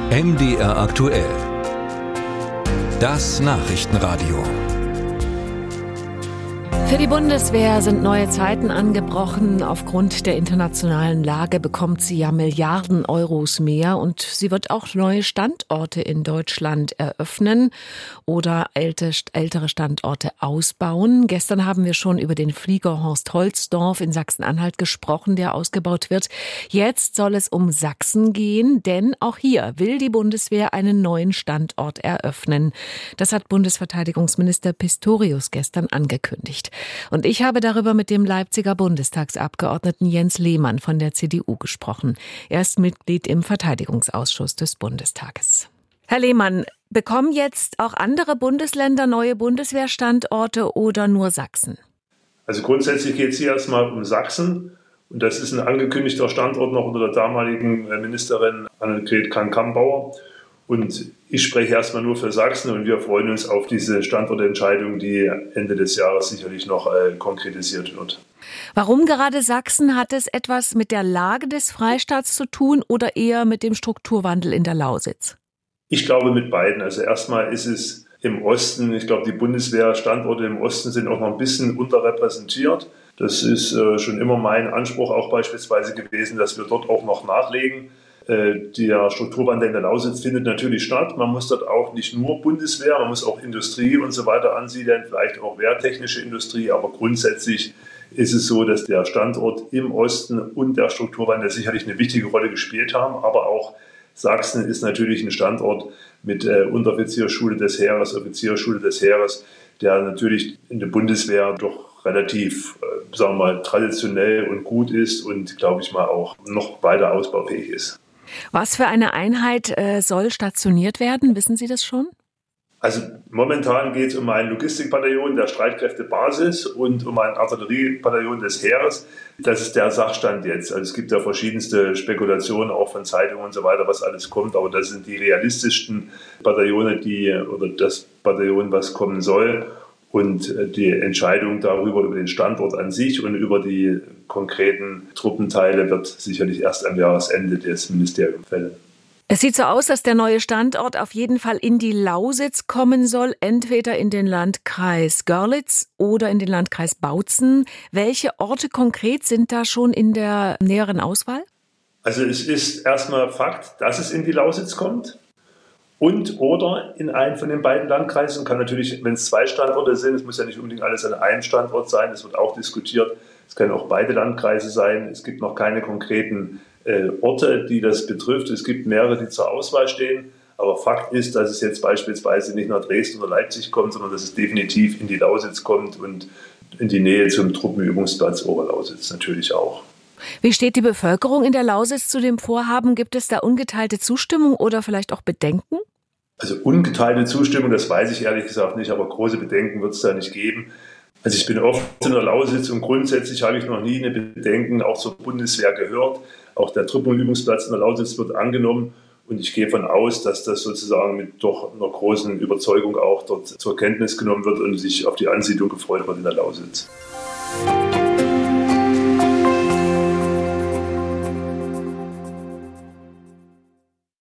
MDR aktuell. Das Nachrichtenradio. Für die Bundeswehr sind neue Zeiten angebrochen. Aufgrund der internationalen Lage bekommt sie ja Milliarden Euros mehr und sie wird auch neue Standorte in Deutschland eröffnen oder ältere Standorte ausbauen. Gestern haben wir schon über den Flieger Horst Holzdorf in Sachsen-Anhalt gesprochen, der ausgebaut wird. Jetzt soll es um Sachsen gehen, denn auch hier will die Bundeswehr einen neuen Standort eröffnen. Das hat Bundesverteidigungsminister Pistorius gestern angekündigt. Und ich habe darüber mit dem Leipziger Bundestagsabgeordneten Jens Lehmann von der CDU gesprochen. Er ist Mitglied im Verteidigungsausschuss des Bundestages. Herr Lehmann, bekommen jetzt auch andere Bundesländer neue Bundeswehrstandorte oder nur Sachsen? Also grundsätzlich geht es hier erstmal um Sachsen. Und das ist ein angekündigter Standort noch unter der damaligen Ministerin Annegret Kramp-Karrenbauer. Und ich spreche erstmal nur für Sachsen und wir freuen uns auf diese Standortentscheidung, die Ende des Jahres sicherlich noch konkretisiert wird. Warum gerade Sachsen? Hat es etwas mit der Lage des Freistaats zu tun oder eher mit dem Strukturwandel in der Lausitz? Ich glaube mit beiden. Also erstmal ist es im Osten, ich glaube die Bundeswehrstandorte im Osten sind auch noch ein bisschen unterrepräsentiert. Das ist schon immer mein Anspruch auch beispielsweise gewesen, dass wir dort auch noch nachlegen. Der Strukturwandel in der Lausitz findet natürlich statt. Man muss dort auch nicht nur Bundeswehr, man muss auch Industrie und so weiter ansiedeln, vielleicht auch wehrtechnische Industrie. Aber grundsätzlich ist es so, dass der Standort im Osten und der Strukturwandel sicherlich eine wichtige Rolle gespielt haben. Aber auch Sachsen ist natürlich ein Standort mit Unteroffizierschule des Heeres, Offizierschule des Heeres, der natürlich in der Bundeswehr doch relativ, sagen wir mal, traditionell und gut ist und, glaube ich mal, auch noch weiter ausbaufähig ist. Was für eine Einheit soll stationiert werden? Wissen Sie das schon? Also momentan geht es um ein Logistikbataillon der Streitkräftebasis und um ein Artilleriebataillon des Heeres. Das ist der Sachstand jetzt. Also es gibt ja verschiedenste Spekulationen auch von Zeitungen und so weiter, was alles kommt. Aber das sind die realistischsten Bataillone, oder das Bataillon, was kommen soll. Und die Entscheidung darüber, über den Standort an sich und über die konkreten Truppenteile wird sicherlich erst am Jahresende des Ministeriums fällen. Es sieht so aus, dass der neue Standort auf jeden Fall in die Lausitz kommen soll, entweder in den Landkreis Görlitz oder in den Landkreis Bautzen. Welche Orte konkret sind da schon in der näheren Auswahl? Also es ist erstmal Fakt, dass es in die Lausitz kommt. Und oder in einen von den beiden Landkreisen kann natürlich, wenn es 2 Standorte sind, es muss ja nicht unbedingt alles an einem Standort sein, es wird auch diskutiert, es können auch beide Landkreise sein, es gibt noch keine konkreten Orte, die das betrifft, es gibt mehrere, die zur Auswahl stehen, aber Fakt ist, dass es jetzt beispielsweise nicht nach Dresden oder Leipzig kommt, sondern dass es definitiv in die Lausitz kommt und in die Nähe zum Truppenübungsplatz Oberlausitz natürlich auch. Wie steht die Bevölkerung in der Lausitz zu dem Vorhaben? Gibt es da ungeteilte Zustimmung oder vielleicht auch Bedenken? Also ungeteilte Zustimmung, das weiß ich ehrlich gesagt nicht, aber große Bedenken wird es da nicht geben. Also ich bin oft in der Lausitz und grundsätzlich habe ich noch nie eine Bedenken auch zur Bundeswehr gehört. Auch der Truppenübungsplatz in der Lausitz wird angenommen und ich gehe davon aus, dass das sozusagen mit doch einer großen Überzeugung auch dort zur Kenntnis genommen wird und sich auf die Ansiedlung gefreut wird in der Lausitz.